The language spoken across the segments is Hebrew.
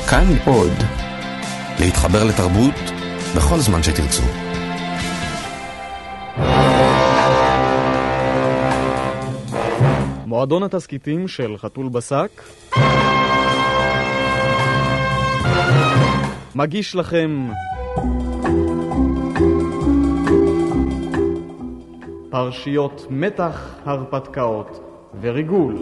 כאן עוד. להתחבר לתרבות בכל זמן שתרצו. מועדון התסקיטים של חתול בשק מגיש לכם פרשיות מתח, הרפתקאות וריגול.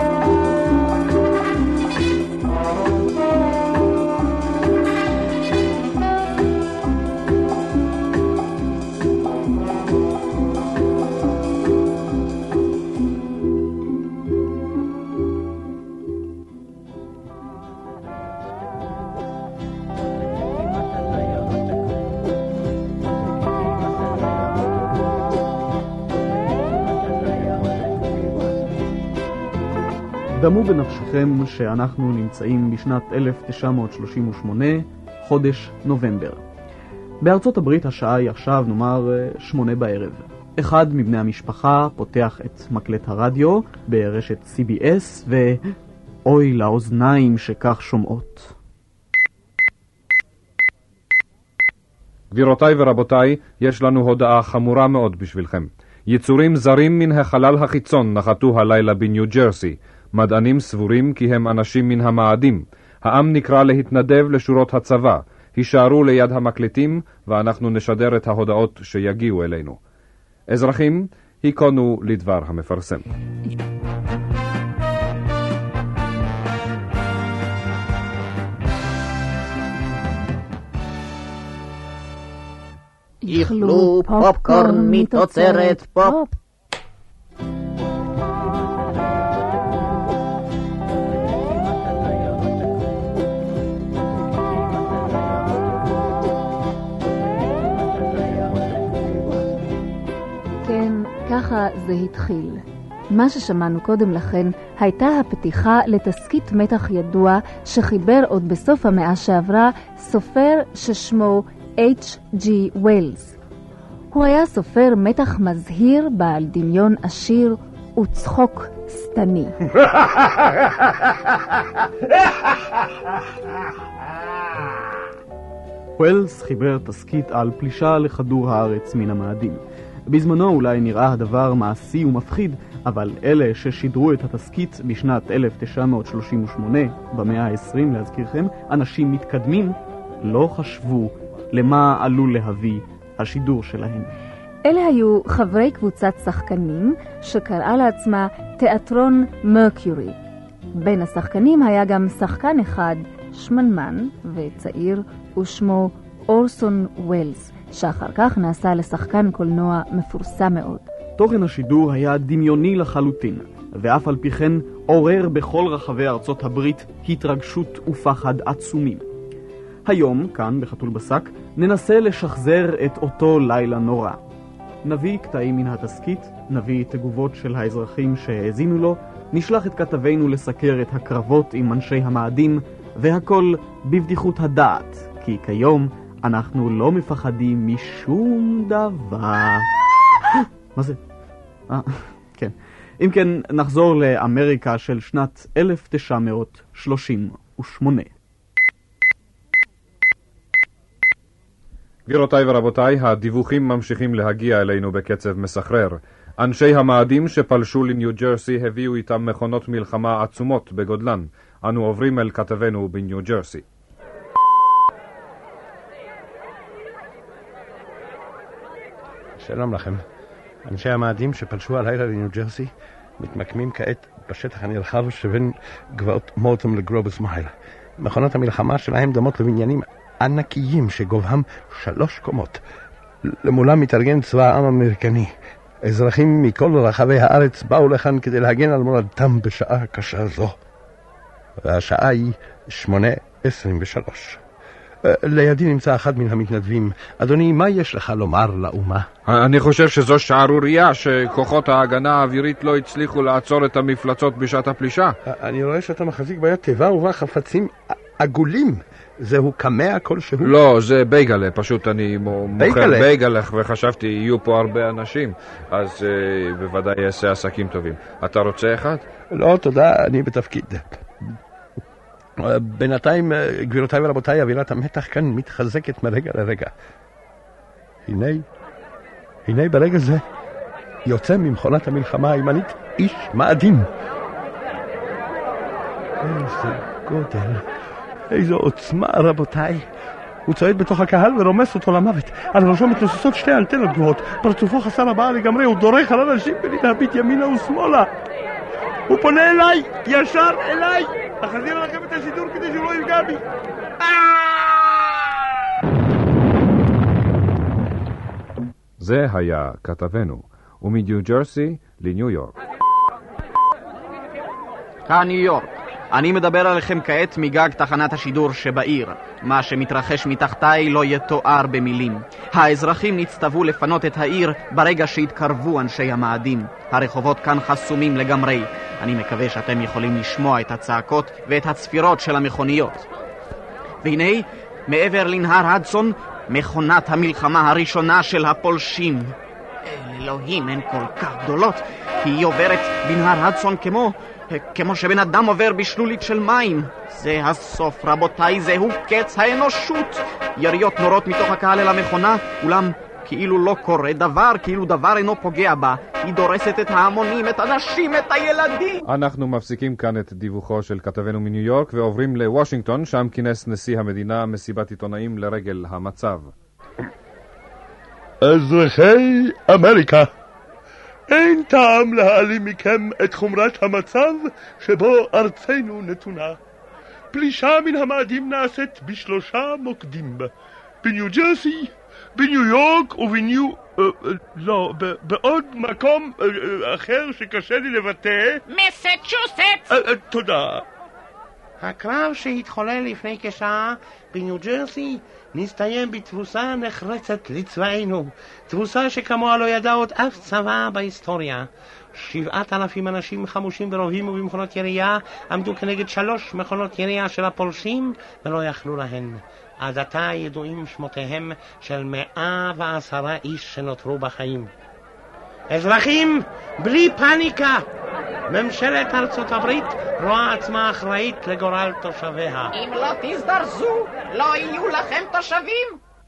דמו בנפשכם שאנחנו נמצאים בשנת 1938, חודש נובמבר. בארצות הברית השעה היא עכשיו נאמר 8 בערב. אחד מבני המשפחה פותח את מקלט הרדיו ברשת CBS ואוי לאוזניים שכך שומעות. גבירותיי ורבותיי, יש לנו הודעה חמורה מאוד בשבילכם. יצורים זרים מן החלל החיצון נחתו הלילה בניו ג'רסי. מדענים סבורים כי הם אנשים מן המאדים. העם נקרא להתנדב לשורות הצבא. הישארו ליד המקלטים ואנחנו נשדר את ההודעות שיגיעו אלינו. אזרחים, היכונו לדבר המפרסם. יאכלו פופקורן מתוצרת פופ. כן, ככה זה התחיל. מה ששמענו קודם לכן הייתה הפתיחה לתסקית מתח ידוע שחיבר עוד בסוף המאה שעברה סופר ששמו H.G. ווילס. הוא היה סופר מתח מזהיר בעל דמיון עשיר וצחוק סתני. ווילס חיבר תסקית על פלישה לכדור הארץ מן המאדים. בזמנו אולי נראה הדבר מעשי ומפחיד, אבל אלה ששידרו את התסקית בשנת 1938, במאה ה-20 להזכירכם, אנשים מתקדמים, לא חשבו למה עלול להביא השידור שלהם. אלה היו חברי קבוצת שחקנים שקראה לעצמה תיאטרון מרקיורי. בין השחקנים היה גם שחקן אחד, שמנמן וצעיר, ושמו אורסון ווילס, שאחר כך נעשה לשחקן קולנוע מפורסם מאוד. תוכן השידור היה דמיוני לחלוטין, ואף על פי כן עורר בכל רחבי ארצות הברית התרגשות ופחד עצומים. היום, כאן בחתול בשק, ננסה לשחזר את אותו לילה נורא. נביא קטעים מן התסקית, נביא תגובות של האזרחים שהאזינו לו, נשלח את כתבינו לסקר את הקרבות עם אנשי המאדים, והכל בבדיחות הדעת, כי כיום אנחנו לא מפחדים משום דבר. מה זה? כן. אם כן, נחזור לאמריקה של שנת 1938. גבירותיי ורבותיי, הדיווחים ממשיכים להגיע אלינו בקצב מסחרר. אנשי המאדים שפלשו לניו ג'רסי הביאו איתם מכונות מלחמה עצומות בגודלן. אנו עוברים אל כתבנו בניו ג'רסי. שלום לכם. אנשי המאדים שפלשו הלילה לניו ג'רסי מתמקמים כעת בשטח הנרחב שבין גבעות מורטום לגרובוס מייל. מכונות המלחמה שלהם דומות לבניינים ענקיים שגובהם 3 קומות. למולם מתארגן צבא העם האמריקני. אזרחים מכל רחבי הארץ באו לכאן כדי להגן על מולדתם בשעה קשה זו. והשעה היא 8:23. לידי נמצא אחד מן המתנדבים. אדוני, מה יש לך לומר לאומה? אני חושב שזו שערוריה שכוחות ההגנה האווירית לא הצליחו לעצור את המפלצות בשעת הפלישה. אני רואה שאתה מחזיק ביד תיבה ובה חפצים עגולים. זהו קמע כלשהו? לא, זה בייגלה. פשוט אני מוכר בייגלך וחשבתי יהיו פה הרבה אנשים, אז בוודאי יעשה עסקים טובים. אתה רוצה אחד? לא, תודה, אני בתפקיד. בינתיים, גבירותיי ורבותיי, אווירת המתח כאן מתחזקת מרגע לרגע. הנה ברגע זה יוצא ממכונת המלחמה הימנית איש מאדים. איזה גודל, איזו עוצמה, רבותיי. הוא צועד בתוך הקהל ורומס אותו למוות. על ראשו מתנוססות שתי אנטנות גבוהות. פרצופו חסר הבעה לגמרי, הוא דורך על אנשים בלי להביט ימינה ושמאלה. הוא פונה אליי, ישר אליי. אחזיר לכם את השידור כדי שהוא לא יפגע בי. זה היה כתבנו, ומניו ג'רסי לניו יורק. כאן ניו יורק. אני מדבר עליכם כעת מגג תחנת השידור שבעיר. מה שמתרחש מתחתיי לא יתואר במילים. האזרחים נצטוו לפנות את העיר ברגע שהתקרבו אנשי המאדים. הרחובות כאן חסומים לגמרי. אני מקווה שאתם יכולים לשמוע את הצעקות ואת הצפירות של המכוניות. והנה, מעבר לנהר הדסון, מכונת המלחמה הראשונה של הפולשים. אלוהים, הן כל כך גדולות. היא עוברת בנהר הדסון כמו שבן אדם עובר בשלולית של מים. זה הסוף, רבותיי, זהו קץ האנושות. יריות נורות מתוך הקהל אל המכונה, אולם כאילו לא קורה דבר, כאילו דבר אינו פוגע בה. היא דורסת את ההמונים, את הנשים, את הילדים. אנחנו מפסיקים כאן את דיווחו של כתבנו מניו יורק ועוברים לוושינגטון, שם כינס נשיא המדינה מסיבת עיתונאים לרגל המצב. אזרחי אמריקה, אין טעם להעלים מכם את חומרת המצב שבו ארצנו נתונה. פלישה מן המאדים נעשית בשלושה מוקדים. בניו ג'רסי, בניו יורק בעוד מקום אחר שקשה לי לבטא. מסצ'וסטס! תודה. הקרב שהתחולל לפני כשעה בניו ג'רסי נסתיים בתבוסה נחרצת לצבאנו. תבוסה שכמוה לא ידע עוד אף צבא בהיסטוריה. 7,000 אנשים חמושים ברובים ובמכונות ירייה עמדו כנגד 3 מכונות ירייה של הפולשים ולא יכלו להן. עד עתה ידועים שמותיהם של 110 איש שנותרו בחיים. אזרחים, בלי פאניקה! ממשלת ארצות הברית רואה עצמה אחראית לגורל תושביה. אם לא תזדרזו, לא יהיו לכם תושבים.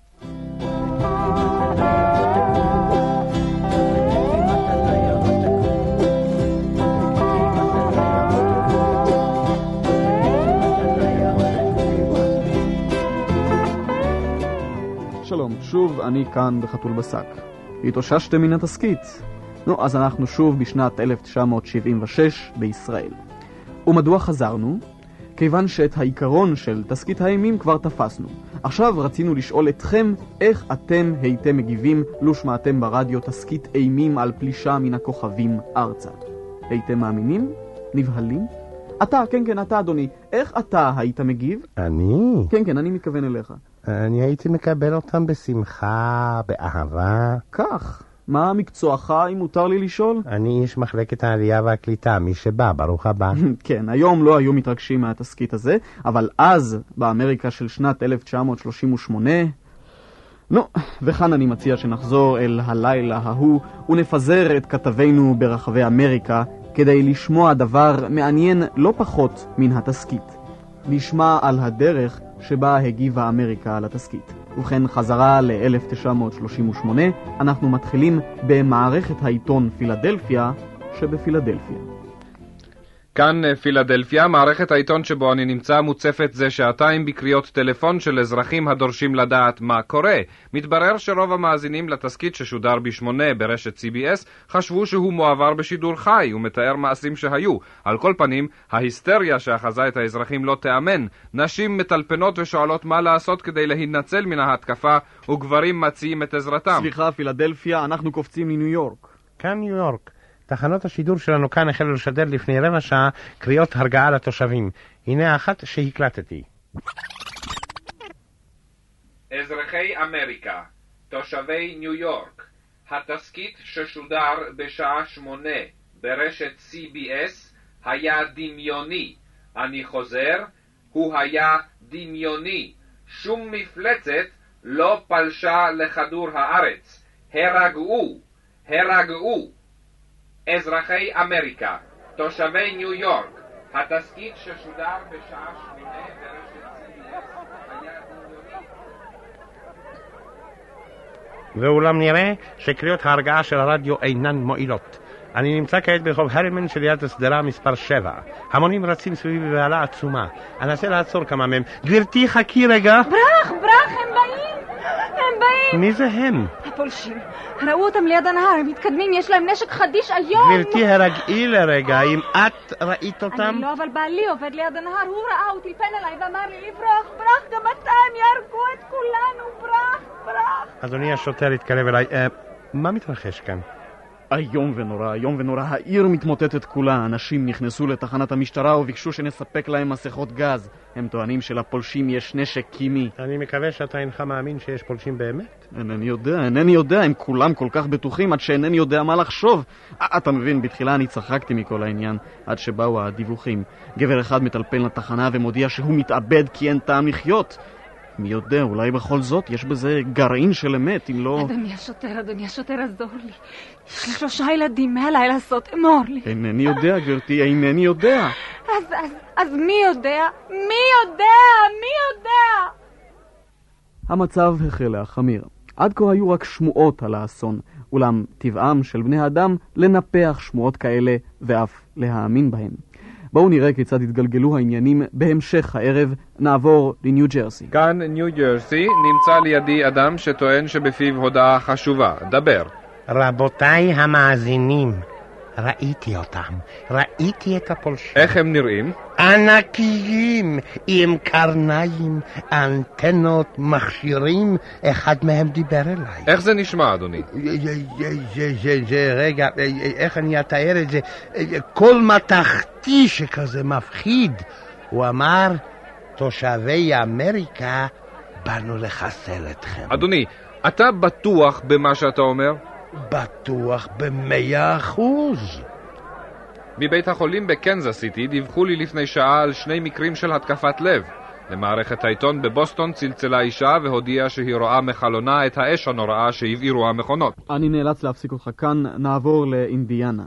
שלום, שוב אני כאן בחתול בשק. התאוששתם מן התסקית? נו, אז אנחנו שוב בשנת 1976 בישראל. ומדוע חזרנו? כיוון שאת העיקרון של תסקית האימים כבר תפסנו. עכשיו רצינו לשאול אתכם איך אתם הייתם מגיבים לו שמעתם ברדיו תסקית אימים על פלישה מן הכוכבים ארצה. הייתם מאמינים? נבהלים? אתה, כן, אתה אדוני, איך אתה היית מגיב? אני? כן, אני מתכוון אליך. אני הייתי מקבל אותם בשמחה, באהבה. כך, מה מקצועך אם מותר לי לשאול? אני איש מחלקת העלייה והקליטה, מי שבא, ברוך הבא. כן, היום לא היו מתרגשים מהתסקית הזה, אבל אז, באמריקה של שנת 1938... נו, וכאן אני מציע שנחזור אל הלילה ההוא ונפזר את כתבינו ברחבי אמריקה כדי לשמוע דבר מעניין לא פחות מן התסקית. נשמע על הדרך שבה הגיבה אמריקה על התסקית. ובכן, חזרה ל-1938, אנחנו מתחילים במערכת העיתון פילדלפיה שבפילדלפיה. כאן פילדלפיה, מערכת העיתון שבו אני נמצא מוצפת זה שעתיים בקריאות טלפון של אזרחים הדורשים לדעת מה קורה. מתברר שרוב המאזינים לתסקית ששודר ב8 ברשת CBS חשבו שהוא מועבר בשידור חי ומתאר מעשים שהיו. על כל פנים, ההיסטריה שאחזה את האזרחים לא תאמן. נשים מטלפנות ושואלות מה לעשות כדי להינצל מן ההתקפה, וגברים מציעים את עזרתם. סליחה, פילדלפיה, אנחנו קופצים לניו יורק. כאן ניו יורק. תחנות השידור שלנו כאן החלו לשדר לפני רבע שעה קריאות הרגעה לתושבים. הנה אחת שהקלטתי. אזרחי אמריקה, תושבי ניו יורק, התסקית ששודר בשעה 8 ברשת CBS היה דמיוני. אני חוזר, הוא היה דמיוני. שום מפלצת לא פלשה לכדור הארץ. הרגעו. אזרחי אמריקה, תושבי ניו יורק, התסקית ששודר בשעה 8 ברשת CBS היה דמיוני. ואולם נראה שקריאות ההרגעה של הרדיו אינן מועילות. אני נמצא כעת ברחוב הרימן שליד השדרה מספר 7. המונים רצים סביבי בבהלה עצומה. אנסה לעצור כמה מהם. גברתי, חכי רגע. ברח, הם באים! הם באים! מי זה הם? הפולשים. ראו אותם ליד הנהר, הם מתקדמים, יש להם נשק חדיש היום. גברתי, הרגעי לרגע, אם את ראית אותם? אני לא, אבל בעלי עובד ליד הנהר, הוא ראה, הוא טלפן אליי ואמר לי לברוח, ברח, גם אתה, הם יהרגו את כולנו, ברח. אדוני השוטר התקרב אליי, מה מתרחש כאן? איום ונורא, העיר מתמוטטת כולה. אנשים נכנסו לתחנת המשטרה וביקשו שנספק להם מסכות גז. הם טוענים שלפולשים יש נשק קימי. אני מקווה שאתה אינך מאמין שיש פולשים באמת. אינני יודע, הם כולם כל כך בטוחים עד שאינני יודע מה לחשוב. אתה מבין, בתחילה אני צחקתי מכל העניין, עד שבאו הדיווחים. גבר אחד מטלפן לתחנה ומודיע שהוא מתאבד כי אין טעם לחיות. מי יודע, אולי בכל זאת יש בזה גרעין של אמת, אם לא... אדוני השוטר, עזור לי. יש לי 3 ילדים, מה עליי לעשות? אמור לי. אינני יודע, גברתי, אינני יודע. אז מי יודע? המצב החל להחמיר. עד כה היו רק שמועות על האסון, אולם טבעם של בני האדם לנפח שמועות כאלה ואף להאמין בהם. בואו נראה כיצד התגלגלו העניינים בהמשך הערב. נעבור לניו ג'רסי. כאן ניו ג'רסי, נמצא לידי אדם שטוען שבפיו הודעה חשובה. דבר. רבותיי המאזינים, ראיתי אותם, ראיתי את הפולשים. איך הם נראים? ענקיים, עם קרניים, אנטנות, מכשירים, אחד מהם דיבר אליי. איך זה נשמע, אדוני? רגע, איך אני אתאר את זה? כל מתחתי שכזה מפחיד. הוא אמר, תושבי אמריקה, באנו לחסל אתכם. אדוני, אתה בטוח במה שאתה אומר? בטוח ב100%. מבית החולים בקנזס סיטי דיווחו לי לפני שעה על 2 מקרים של התקפת לב. למערכת העיתון בבוסטון צלצלה אישה והודיעה שהיא רואה מחלונה את האש הנוראה שהבעירו המכונות. אני נאלץ להפסיק אותך כאן, נעבור לאינדיאנה.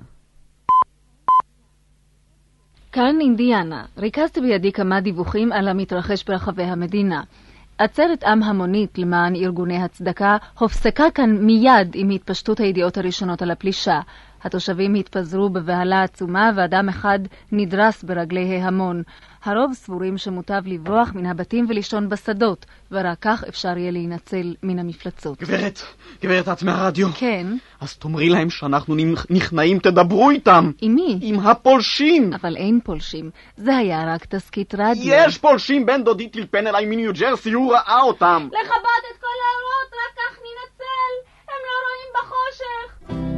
כאן אינדיאנה. ריכזתי בידי כמה דיווחים על המתרחש ברחבי המדינה. עצרת עם המונית למען ארגוני הצדקה הופסקה כאן מיד עם התפשטות הידיעות הראשונות על הפלישה. התושבים התפזרו בבהלה עצומה ואדם אחד נדרס ברגלי ההמון. הרוב סבורים שמוטב לברוח מן הבתים ולישון בשדות, ורק כך אפשר יהיה להינצל מן המפלצות. גברת, את מהרדיו? כן. אז תאמרי להם שאנחנו נכנעים, תדברו איתם. עם מי? עם הפולשים. אבל אין פולשים, זה היה רק תסקית רדיו. יש פולשים, בן דודי טלפן אליי מניו ג'רסי, הוא ראה אותם. לכבות את כל האורות, רק כך ננצל, הם לא רואים בחושך.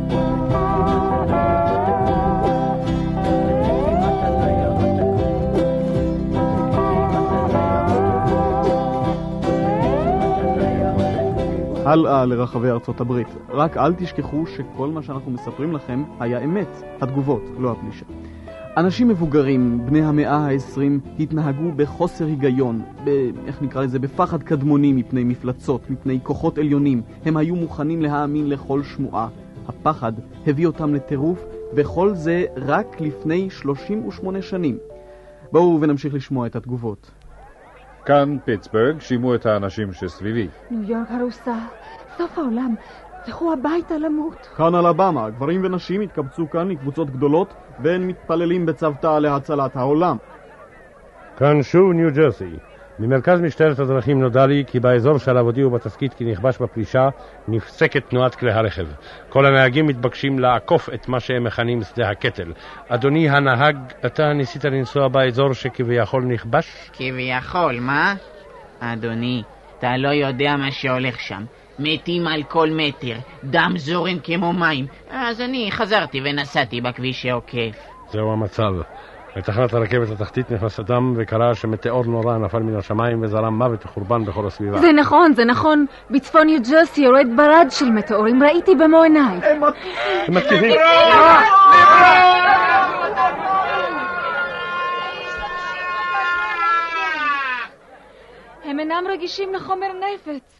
הלאה לרחבי ארצות הברית. רק אל תשכחו שכל מה שאנחנו מספרים לכם היה אמת, התגובות, לא הפלישה. אנשים מבוגרים, בני המאה ה-20, התנהגו בחוסר היגיון, איך נקרא לזה, בפחד קדמוני מפני מפלצות, מפני כוחות עליונים. הם היו מוכנים להאמין לכל שמועה. הפחד הביא אותם לטירוף, וכל זה רק לפני 38 שנים. בואו ונמשיך לשמוע את התגובות. כאן פיטסבורג, שימו את האנשים שסביבי. ניו יורק הרוסה, סוף העולם, לכו הביתה למות. כאן אלבמה, גברים ונשים התקבצו כאן לקבוצות גדולות, והם מתפללים בצוותא להצלת העולם. כאן שוב ניו ג'רסי. ממרכז משטרת הדרכים נודע לי כי באזור שעליו הודיעו בתפקיד כי נכבש בפלישה נפסקת תנועת כלי הרכב. כל הנהגים מתבקשים לעקוף את מה שהם מכנים שדה הקטל. אדוני הנהג, אתה ניסית לנסוע באזור שכביכול נכבש? כביכול, מה? אדוני, אתה לא יודע מה שהולך שם. מתים על כל מטר, דם זורם כמו מים. אז אני חזרתי ונסעתי בכביש שעוקף. זהו המצב. לתחנת הרכבת התחתית נכנס אדם וקרא שמטאור נורא נפל מן השמיים וזרם מוות וחורבן בכל הסביבה. זה נכון. בצפון ניו ג'רסי יורד ברד של מטאורים, ראיתי במו עיניי. הם מתקיפים. הם אינם רגישים לחומר נפץ.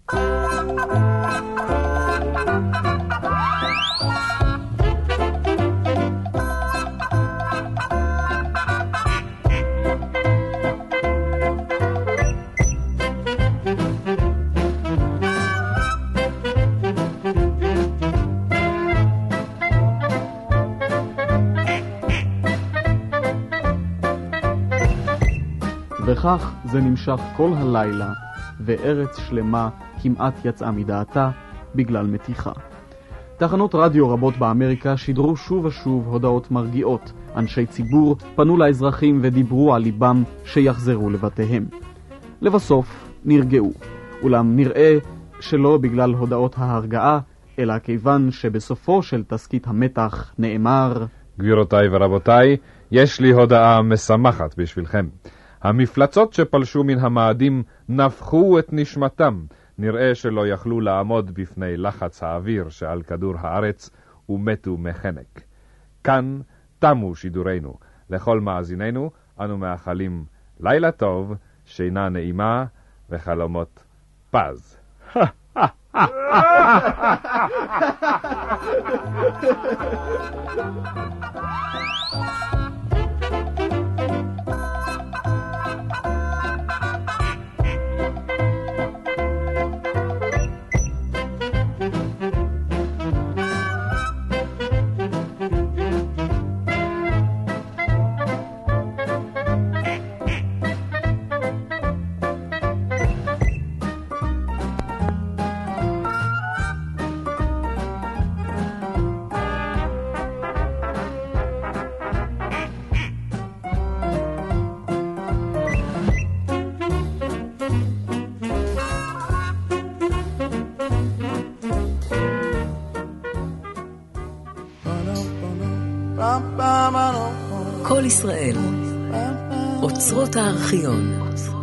וכך זה נמשך כל הלילה, וארץ שלמה כמעט יצאה מדעתה בגלל מתיחה. תחנות רדיו רבות באמריקה שידרו שוב ושוב הודעות מרגיעות. אנשי ציבור פנו לאזרחים ודיברו על ליבם שיחזרו לבתיהם. לבסוף נרגעו, אולם נראה שלא בגלל הודעות ההרגעה, אלא כיוון שבסופו של תסקית המתח נאמר: גבירותיי ורבותיי, יש לי הודעה משמחת בשבילכם. המפלצות שפלשו מן המאדים נפחו את נשמתם. נראה שלא יכלו לעמוד בפני לחץ האוויר שעל כדור הארץ ומתו מחנק. כאן תמו שידורנו. לכל מאזיננו אנו מאחלים לילה טוב, שינה נעימה וחלומות פז. כל ישראל, אוצרות הארכיון.